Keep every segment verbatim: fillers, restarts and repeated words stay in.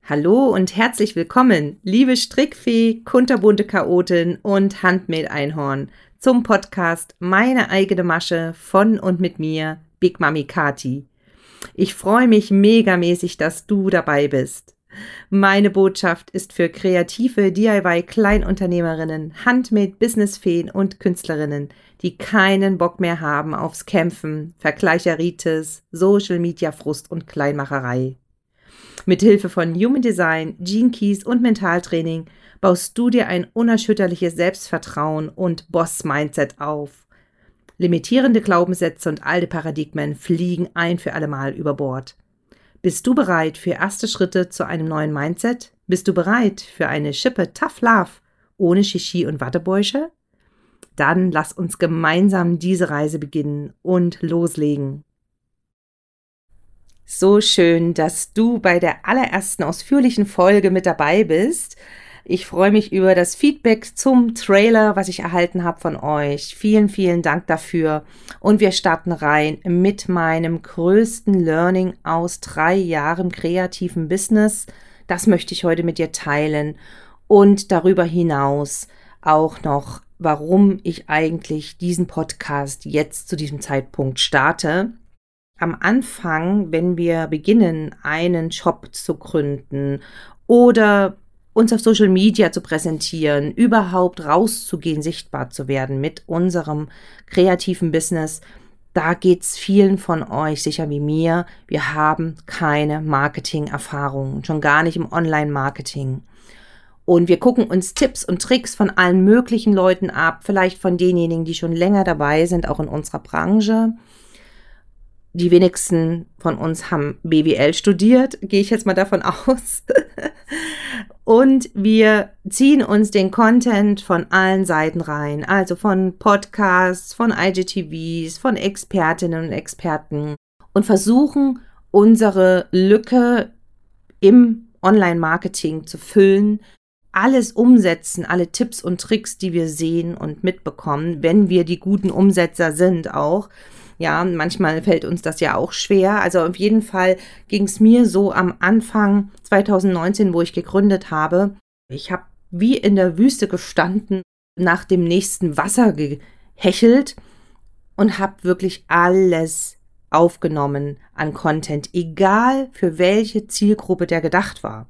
Hallo und herzlich willkommen, liebe Strickfee, kunterbunte Chaotin und Handmade-Einhorn, zum Podcast Meine eigene Masche von und mit mir, Big Mami Kati. Ich freue mich megamäßig, dass du dabei bist. Meine Botschaft ist für kreative D I Y-Kleinunternehmerinnen, Handmade-Businessfeen und Künstlerinnen, die keinen Bock mehr haben aufs Kämpfen, Vergleicheritis, Social-Media-Frust und Kleinmacherei. Mithilfe von Human Design, Gene Keys und Mentaltraining baust du dir ein unerschütterliches Selbstvertrauen und Boss-Mindset auf. Limitierende Glaubenssätze und alte Paradigmen fliegen ein für allemal über Bord. Bist du bereit für erste Schritte zu einem neuen Mindset? Bist du bereit für eine Schippe Tough Love ohne Shishi und Wattebäusche? Dann lass uns gemeinsam diese Reise beginnen und loslegen. So schön, dass du bei der allerersten ausführlichen Folge mit dabei bist. Ich freue mich über das Feedback zum Trailer, was ich erhalten habe von euch. Vielen, vielen Dank dafür. Und wir starten rein mit meinem größten Learning aus drei Jahren kreativen Business. Das möchte ich heute mit dir teilen. Und darüber hinaus auch noch, warum ich eigentlich diesen Podcast jetzt zu diesem Zeitpunkt starte. Am Anfang, wenn wir beginnen, einen Shop zu gründen oder uns auf Social Media zu präsentieren, überhaupt rauszugehen, sichtbar zu werden mit unserem kreativen Business, da geht's vielen von euch sicher wie mir. Wir haben keine Marketing-Erfahrung, schon gar nicht im Online-Marketing. Und wir gucken uns Tipps und Tricks von allen möglichen Leuten ab, vielleicht von denjenigen, die schon länger dabei sind, auch in unserer Branche. Die wenigsten von uns haben B W L studiert, gehe ich jetzt mal davon aus. Und wir ziehen uns den Content von allen Seiten rein, also von Podcasts, von I G T Vs, von Expertinnen und Experten und versuchen, unsere Lücke im Online-Marketing zu füllen, alles umsetzen, alle Tipps und Tricks, die wir sehen und mitbekommen, wenn wir die guten Umsetzer sind auch. Ja, manchmal fällt uns das ja auch schwer. Also auf jeden Fall ging es mir so am Anfang zwanzig neunzehn, wo ich gegründet habe. Ich habe wie in der Wüste gestanden, nach dem nächsten Wasser gehechelt und habe wirklich alles aufgenommen an Content, egal für welche Zielgruppe der gedacht war.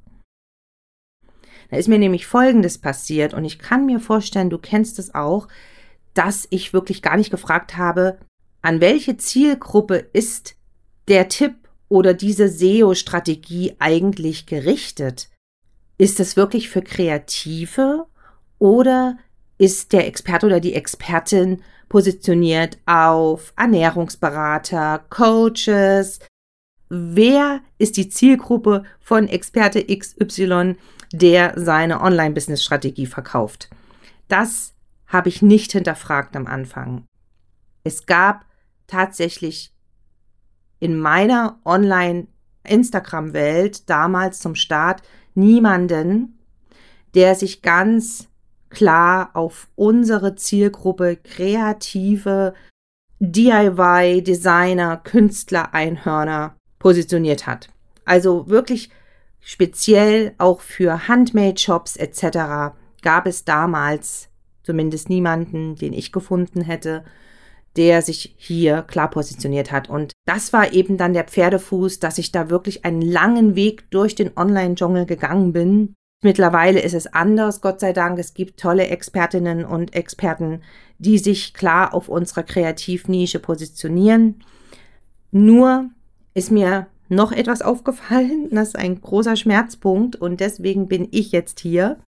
Da ist mir nämlich Folgendes passiert und ich kann mir vorstellen, du kennst es auch, dass ich wirklich gar nicht gefragt habe, an welche Zielgruppe ist der Tipp oder diese S E O-Strategie eigentlich gerichtet? Ist es wirklich für Kreative oder ist der Experte oder die Expertin positioniert auf Ernährungsberater, Coaches? Wer ist die Zielgruppe von Experte X Y, der seine Online-Business-Strategie verkauft? Das habe ich nicht hinterfragt am Anfang. Es gab tatsächlich in meiner Online-Instagram-Welt damals zum Start niemanden, der sich ganz klar auf unsere Zielgruppe kreative D I Y, Designer, Künstler, Einhörner positioniert hat. Also wirklich speziell auch für Handmade-Shops et cetera gab es damals zumindest niemanden, den ich gefunden hätte, der sich hier klar positioniert hat. Und das war eben dann der Pferdefuß, dass ich da wirklich einen langen Weg durch den Online-Dschungel gegangen bin. Mittlerweile ist es anders, Gott sei Dank. Es gibt tolle Expertinnen und Experten, die sich klar auf unserer Kreativnische positionieren. Nur ist mir noch etwas aufgefallen, das ist ein großer Schmerzpunkt und deswegen bin ich jetzt hier.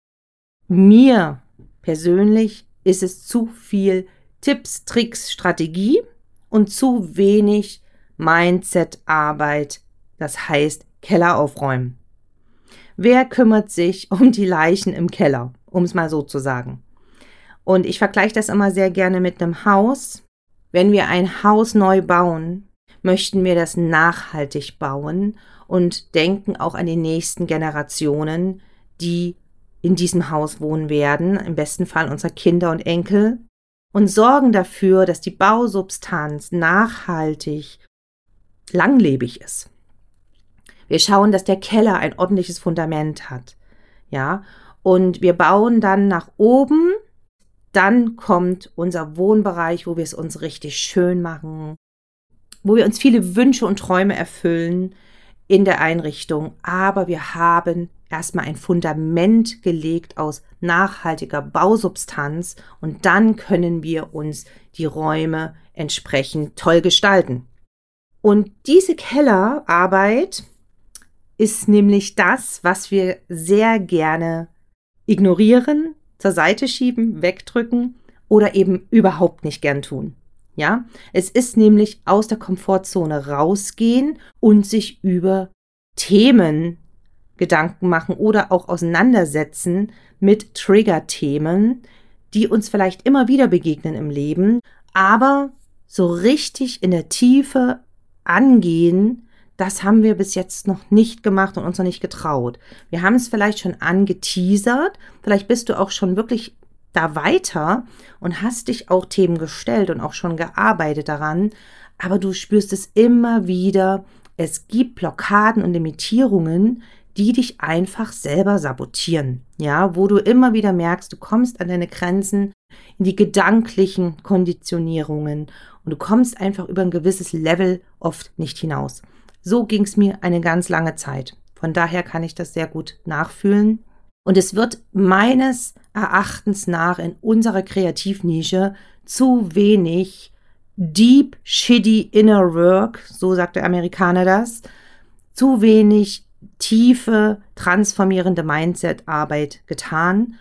Mir persönlich ist es zu viel Tipps, Tricks, Strategie und zu wenig Mindset-Arbeit, das heißt Keller aufräumen. Wer kümmert sich um die Leichen im Keller, um es mal so zu sagen? Und ich vergleiche das immer sehr gerne mit einem Haus. Wenn wir ein Haus neu bauen, möchten wir das nachhaltig bauen und denken auch an die nächsten Generationen, die in diesem Haus wohnen werden, im besten Fall unsere Kinder und Enkel, und sorgen dafür, dass die Bausubstanz nachhaltig langlebig ist. Wir schauen, dass der Keller ein ordentliches Fundament hat. Ja, und wir bauen dann nach oben. Dann kommt unser Wohnbereich, wo wir es uns richtig schön machen, wo wir uns viele Wünsche und Träume erfüllen in der Einrichtung. Aber wir haben erstmal ein Fundament gelegt aus nachhaltiger Bausubstanz und dann können wir uns die Räume entsprechend toll gestalten. Und diese Kellerarbeit ist nämlich das, was wir sehr gerne ignorieren, zur Seite schieben, wegdrücken oder eben überhaupt nicht gern tun. Ja, es ist nämlich aus der Komfortzone rausgehen und sich über Themen Gedanken machen oder auch auseinandersetzen mit Trigger-Themen, die uns vielleicht immer wieder begegnen im Leben, aber so richtig in der Tiefe angehen, das haben wir bis jetzt noch nicht gemacht und uns noch nicht getraut. Wir haben es vielleicht schon angeteasert, vielleicht bist du auch schon wirklich da weiter und hast dich auch Themen gestellt und auch schon gearbeitet daran, aber du spürst es immer wieder, es gibt Blockaden und Limitierungen, die dich einfach selber sabotieren, ja, wo du immer wieder merkst, du kommst an deine Grenzen, in die gedanklichen Konditionierungen und du kommst einfach über ein gewisses Level oft nicht hinaus. So ging es mir eine ganz lange Zeit. Von daher kann ich das sehr gut nachfühlen. Und es wird meines Erachtens nach in unserer Kreativnische zu wenig deep, shitty inner work, so sagt der Amerikaner das, zu wenig tiefe, transformierende Mindset-Arbeit getan,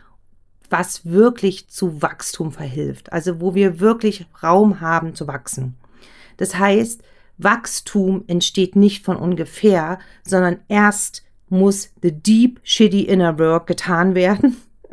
was wirklich zu Wachstum verhilft. Also wo wir wirklich Raum haben zu wachsen. Das heißt, Wachstum entsteht nicht von ungefähr, sondern erst muss the deep, shitty inner work getan werden.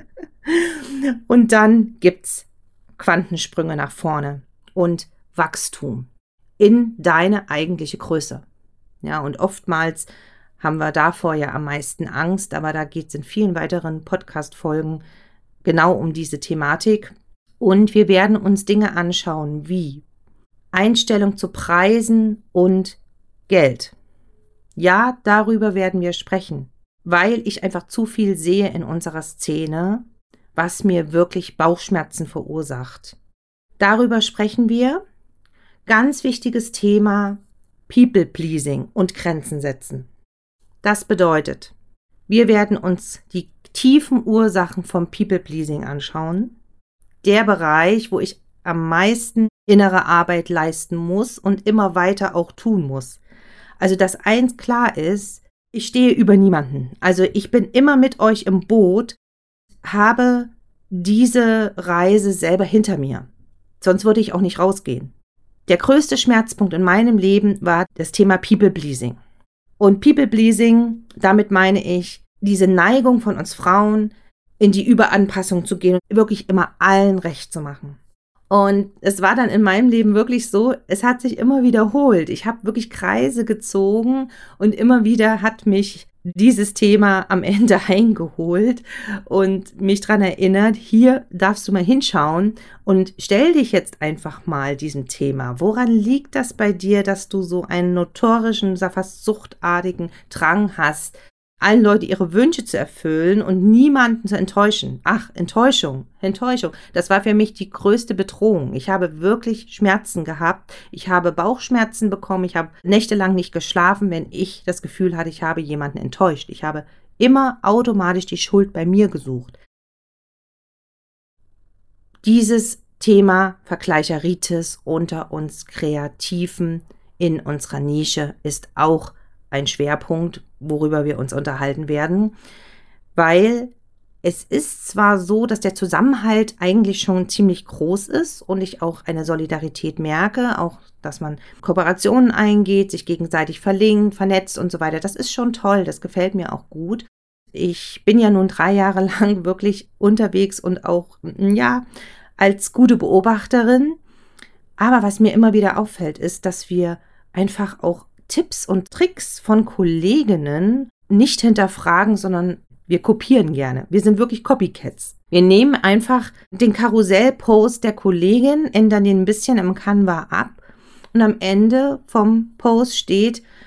Und dann gibt's Quantensprünge nach vorne und Wachstum in deine eigentliche Größe. Ja, und oftmals haben wir davor ja am meisten Angst, aber da geht es in vielen weiteren Podcast-Folgen genau um diese Thematik. Und wir werden uns Dinge anschauen wie Einstellung zu Preisen und Geld. Ja, darüber werden wir sprechen, weil ich einfach zu viel sehe in unserer Szene, was mir wirklich Bauchschmerzen verursacht. Darüber sprechen wir. Ganz wichtiges Thema People-Pleasing und Grenzen setzen. Das bedeutet, wir werden uns die tiefen Ursachen vom People-Pleasing anschauen. Der Bereich, wo ich am meisten innere Arbeit leisten muss und immer weiter auch tun muss. Also, dass eins klar ist, ich stehe über niemanden. Also, ich bin immer mit euch im Boot, habe diese Reise selber hinter mir. Sonst würde ich auch nicht rausgehen. Der größte Schmerzpunkt in meinem Leben war das Thema People-Pleasing. Und People-Pleasing, damit meine ich diese Neigung von uns Frauen, in die Überanpassung zu gehen und wirklich immer allen recht zu machen. Und es war dann in meinem Leben wirklich so, es hat sich immer wiederholt. Ich habe wirklich Kreise gezogen und immer wieder hat mich dieses Thema am Ende eingeholt und mich daran erinnert, hier darfst du mal hinschauen und stell dich jetzt einfach mal diesem Thema. Woran liegt das bei dir, dass du so einen notorischen, fast suchtartigen Drang hast, allen Leuten ihre Wünsche zu erfüllen und niemanden zu enttäuschen? Ach, Enttäuschung, Enttäuschung. Das war für mich die größte Bedrohung. Ich habe wirklich Schmerzen gehabt. Ich habe Bauchschmerzen bekommen. Ich habe nächtelang nicht geschlafen, wenn ich das Gefühl hatte, ich habe jemanden enttäuscht. Ich habe immer automatisch die Schuld bei mir gesucht. Dieses Thema Vergleicheritis unter uns Kreativen in unserer Nische ist auch ein Schwerpunkt, worüber wir uns unterhalten werden, weil es ist zwar so, dass der Zusammenhalt eigentlich schon ziemlich groß ist und ich auch eine Solidarität merke, auch, dass man Kooperationen eingeht, sich gegenseitig verlinkt, vernetzt und so weiter. Das ist schon toll, das gefällt mir auch gut. Ich bin ja nun drei Jahre lang wirklich unterwegs und auch, ja, als gute Beobachterin. Aber was mir immer wieder auffällt, ist, dass wir einfach auch Tipps und Tricks von Kolleginnen nicht hinterfragen, sondern wir kopieren gerne. Wir sind wirklich Copycats. Wir nehmen einfach den Karussell-Post der Kollegin, ändern den ein bisschen im Canva ab und am Ende vom Post steht,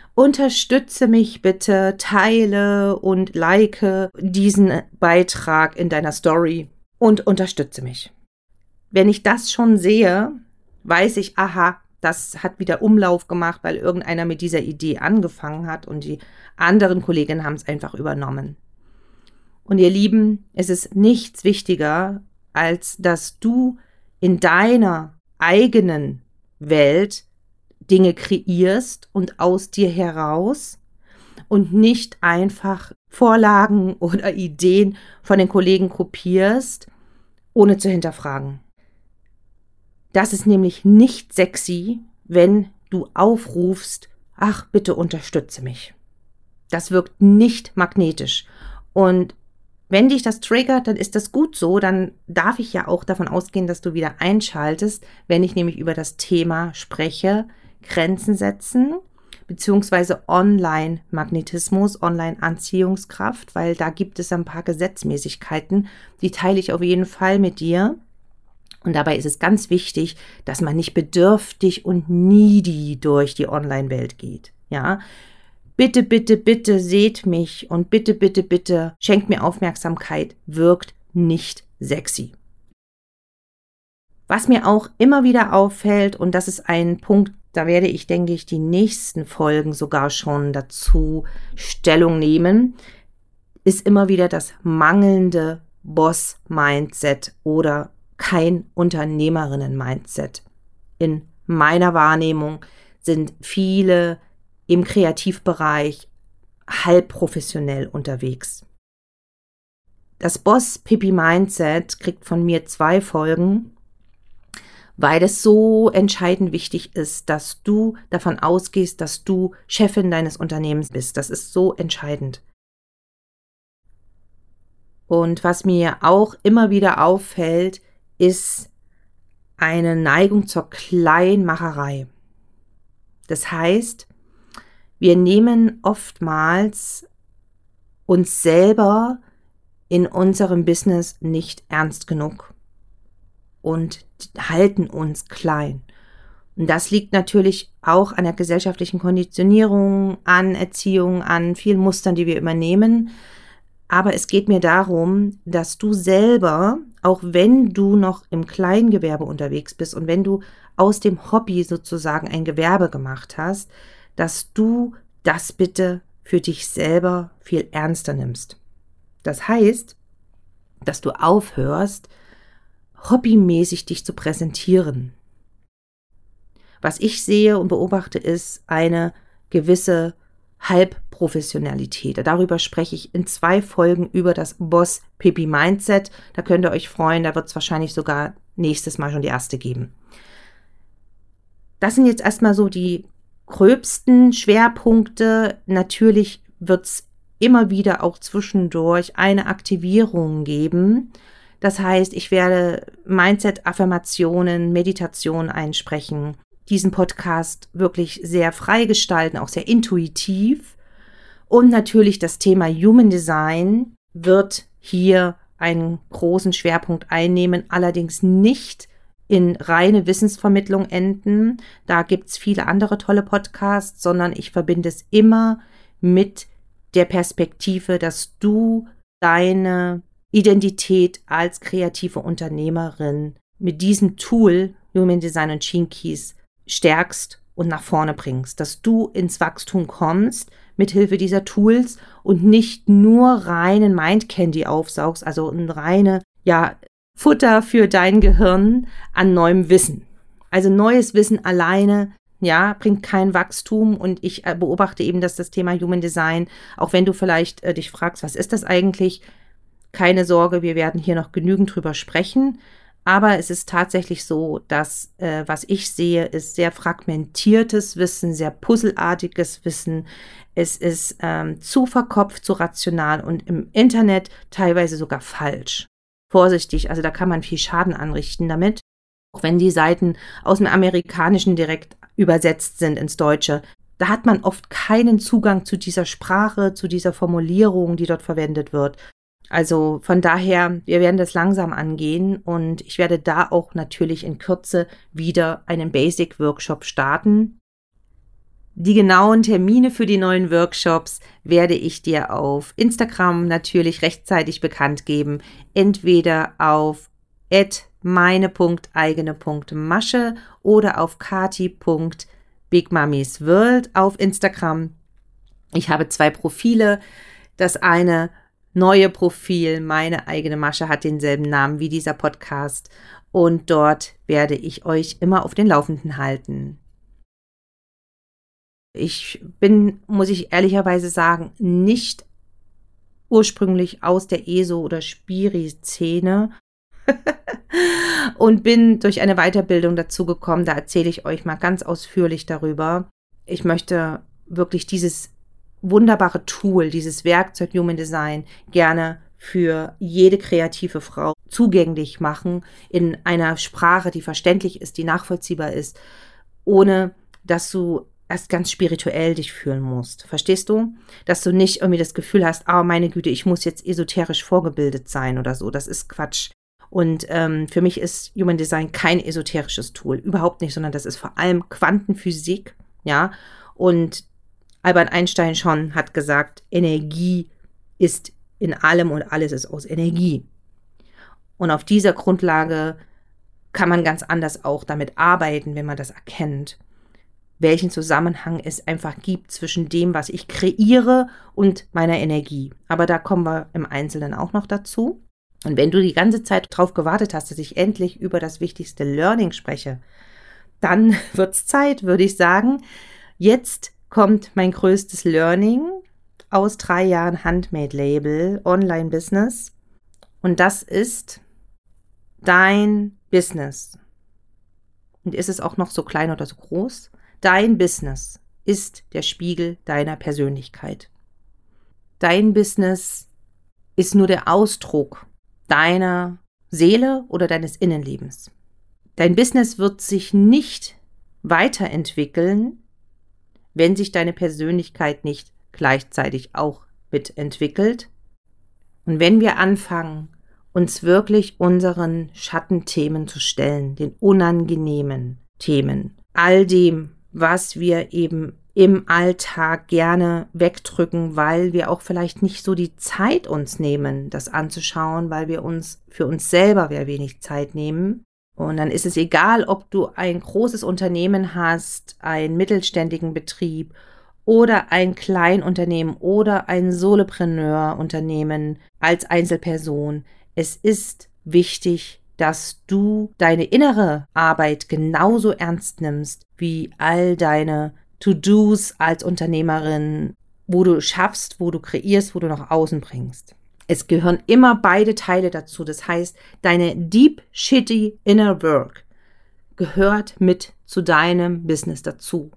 Unterstütze mich bitte, teile und like diesen Beitrag in deiner Story und unterstütze mich. Wenn ich das schon sehe, weiß ich, aha, das hat wieder Umlauf gemacht, weil irgendeiner mit dieser Idee angefangen hat und die anderen Kolleginnen haben es einfach übernommen. Und ihr Lieben, es ist nichts wichtiger, als dass du in deiner eigenen Welt Dinge kreierst und aus dir heraus und nicht einfach Vorlagen oder Ideen von den Kollegen kopierst, ohne zu hinterfragen. Das ist nämlich nicht sexy, wenn du aufrufst, ach, bitte unterstütze mich. Das wirkt nicht magnetisch. Und wenn dich das triggert, dann ist das gut so, dann darf ich ja auch davon ausgehen, dass du wieder einschaltest, wenn ich nämlich über das Thema spreche, Grenzen setzen, beziehungsweise Online-Magnetismus, Online-Anziehungskraft, weil da gibt es ein paar Gesetzmäßigkeiten, die teile ich auf jeden Fall mit dir. Und dabei ist es ganz wichtig, dass man nicht bedürftig und needy durch die Online-Welt geht. Ja, bitte, bitte, bitte seht mich und bitte, bitte, bitte schenkt mir Aufmerksamkeit, wirkt nicht sexy. Was mir auch immer wieder auffällt, und das ist ein Punkt, da werde ich, denke ich, die nächsten Folgen sogar schon dazu Stellung nehmen, ist immer wieder das mangelnde Boss-Mindset oder kein Unternehmerinnen-Mindset. In meiner Wahrnehmung sind viele im Kreativbereich halb professionell unterwegs. Das Boss-Pippi-Mindset kriegt von mir zwei Folgen, weil es so entscheidend wichtig ist, dass du davon ausgehst, dass du Chefin deines Unternehmens bist. Das ist so entscheidend. Und was mir auch immer wieder auffällt, ist eine Neigung zur Kleinmacherei. Das heißt, wir nehmen oftmals uns selber in unserem Business nicht ernst genug und halten uns klein. Und das liegt natürlich auch an der gesellschaftlichen Konditionierung, an Erziehung, an vielen Mustern, die wir übernehmen. Aber es geht mir darum, dass du selber, auch wenn du noch im Kleingewerbe unterwegs bist und wenn du aus dem Hobby sozusagen ein Gewerbe gemacht hast, dass du das bitte für dich selber viel ernster nimmst. Das heißt, dass du aufhörst, hobbymäßig dich zu präsentieren. Was ich sehe und beobachte, ist eine gewisse Halbprofessionalität. Darüber spreche ich in zwei Folgen über das Boss-Pippi-Mindset. Da könnt ihr euch freuen, da wird es wahrscheinlich sogar nächstes Mal schon die erste geben. Das sind jetzt erstmal so die gröbsten Schwerpunkte. Natürlich wird es immer wieder auch zwischendurch eine Aktivierung geben. Das heißt, ich werde Mindset-Affirmationen, Meditation einsprechen, diesen Podcast wirklich sehr frei gestalten, auch sehr intuitiv. Und natürlich das Thema Human Design wird hier einen großen Schwerpunkt einnehmen, allerdings nicht in reine Wissensvermittlung enden. Da gibt es viele andere tolle Podcasts, sondern ich verbinde es immer mit der Perspektive, dass du deine Identität als kreative Unternehmerin mit diesem Tool Human Design und Gene Keys stärkst und nach vorne bringst, dass du ins Wachstum kommst mit Hilfe dieser Tools und nicht nur reinen Mind-Candy aufsaugst, also ein reine, ja, Futter für dein Gehirn an neuem Wissen. Also neues Wissen alleine, ja, bringt kein Wachstum und ich beobachte eben, dass das Thema Human Design, auch wenn du vielleicht äh, dich fragst, was ist das eigentlich? Keine Sorge, wir werden hier noch genügend drüber sprechen. Aber es ist tatsächlich so, dass, äh, was ich sehe, ist sehr fragmentiertes Wissen, sehr puzzelartiges Wissen. Es ist ähm, zu verkopft, zu rational und im Internet teilweise sogar falsch. Vorsichtig, also da kann man viel Schaden anrichten damit. Auch wenn die Seiten aus dem Amerikanischen direkt übersetzt sind ins Deutsche, da hat man oft keinen Zugang zu dieser Sprache, zu dieser Formulierung, die dort verwendet wird. Also von daher, wir werden das langsam angehen und ich werde da auch natürlich in Kürze wieder einen Basic-Workshop starten, Die genauen Termine für die neuen Workshops werde ich dir auf Instagram natürlich rechtzeitig bekannt geben. Entweder auf at meine punkt eigene punkt masche oder auf kati punkt bigmummiesworld auf Instagram. Ich habe zwei Profile. Das eine neue Profil, meine eigene Masche, hat denselben Namen wie dieser Podcast. Und dort werde ich euch immer auf den Laufenden halten. Ich bin, muss ich ehrlicherweise sagen, nicht ursprünglich aus der E S O- oder Spiri-Szene und bin durch eine Weiterbildung dazu gekommen. Da erzähle ich euch mal ganz ausführlich darüber. Ich möchte wirklich dieses wunderbare Tool, dieses Werkzeug Human Design gerne für jede kreative Frau zugänglich machen, in einer Sprache, die verständlich ist, die nachvollziehbar ist, ohne dass du erst ganz spirituell dich fühlen musst. Verstehst du? Dass du nicht irgendwie das Gefühl hast, oh meine Güte, ich muss jetzt esoterisch vorgebildet sein oder so. Das ist Quatsch. Und ähm, für mich ist Human Design kein esoterisches Tool. Überhaupt nicht, sondern das ist vor allem Quantenphysik. Ja. Und Albert Einstein schon hat gesagt, Energie ist in allem und alles ist aus Energie. Und auf dieser Grundlage kann man ganz anders auch damit arbeiten, wenn man das erkennt, welchen Zusammenhang es einfach gibt zwischen dem, was ich kreiere und meiner Energie. Aber da kommen wir im Einzelnen auch noch dazu. Und wenn du die ganze Zeit drauf gewartet hast, dass ich endlich über das wichtigste Learning spreche, dann wird es Zeit, würde ich sagen. Jetzt kommt mein größtes Learning aus drei Jahren Handmade-Label, Online-Business. Und das ist dein Business. Und ist es auch noch so klein oder so groß? Dein Business ist der Spiegel deiner Persönlichkeit. Dein Business ist nur der Ausdruck deiner Seele oder deines Innenlebens. Dein Business wird sich nicht weiterentwickeln, wenn sich deine Persönlichkeit nicht gleichzeitig auch mitentwickelt. Und wenn wir anfangen, uns wirklich unseren Schattenthemen zu stellen, den unangenehmen Themen, all dem, was wir eben im Alltag gerne wegdrücken, weil wir auch vielleicht nicht so die Zeit uns nehmen, das anzuschauen, weil wir uns für uns selber sehr wenig Zeit nehmen. Und dann ist es egal, ob du ein großes Unternehmen hast, einen mittelständigen Betrieb oder ein Kleinunternehmen oder ein Solopreneur-Unternehmen als Einzelperson. Es ist wichtig, dass du deine innere Arbeit genauso ernst nimmst wie all deine To-Dos als Unternehmerin, wo du schaffst, wo du kreierst, wo du nach außen bringst. Es gehören immer beide Teile dazu. Das heißt, deine deep, shitty inner work gehört mit zu deinem Business dazu.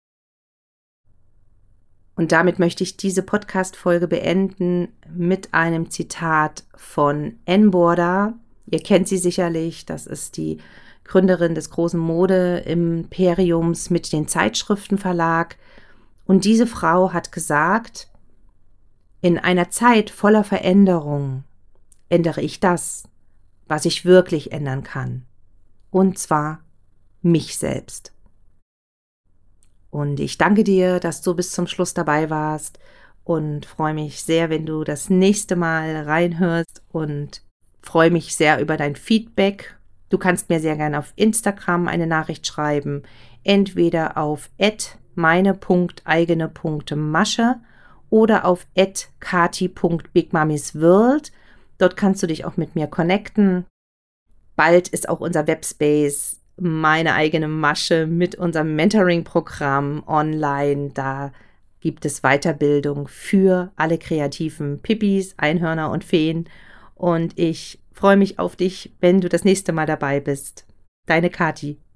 Und damit möchte ich diese Podcast-Folge beenden mit einem Zitat von Anne Borda. Ihr kennt sie sicherlich, das ist die Gründerin des großen Mode-Imperiums mit den Zeitschriftenverlag. Und diese Frau hat gesagt, in einer Zeit voller Veränderung ändere ich das, was ich wirklich ändern kann. Und zwar mich selbst. Und ich danke dir, dass du bis zum Schluss dabei warst und freue mich sehr, wenn du das nächste Mal reinhörst und freue mich sehr über dein Feedback. Du kannst mir sehr gerne auf Instagram eine Nachricht schreiben, entweder auf at meine punkt eigene punkt masche oder auf at kati punkt bigmummiesworld. Dort kannst du dich auch mit mir connecten. Bald ist auch unser Webspace meine eigene Masche mit unserem Mentoring-Programm online. Da gibt es Weiterbildung für alle kreativen Pippis, Einhörner und Feen. Und ich freue mich auf dich, wenn du das nächste Mal dabei bist. Deine Kati.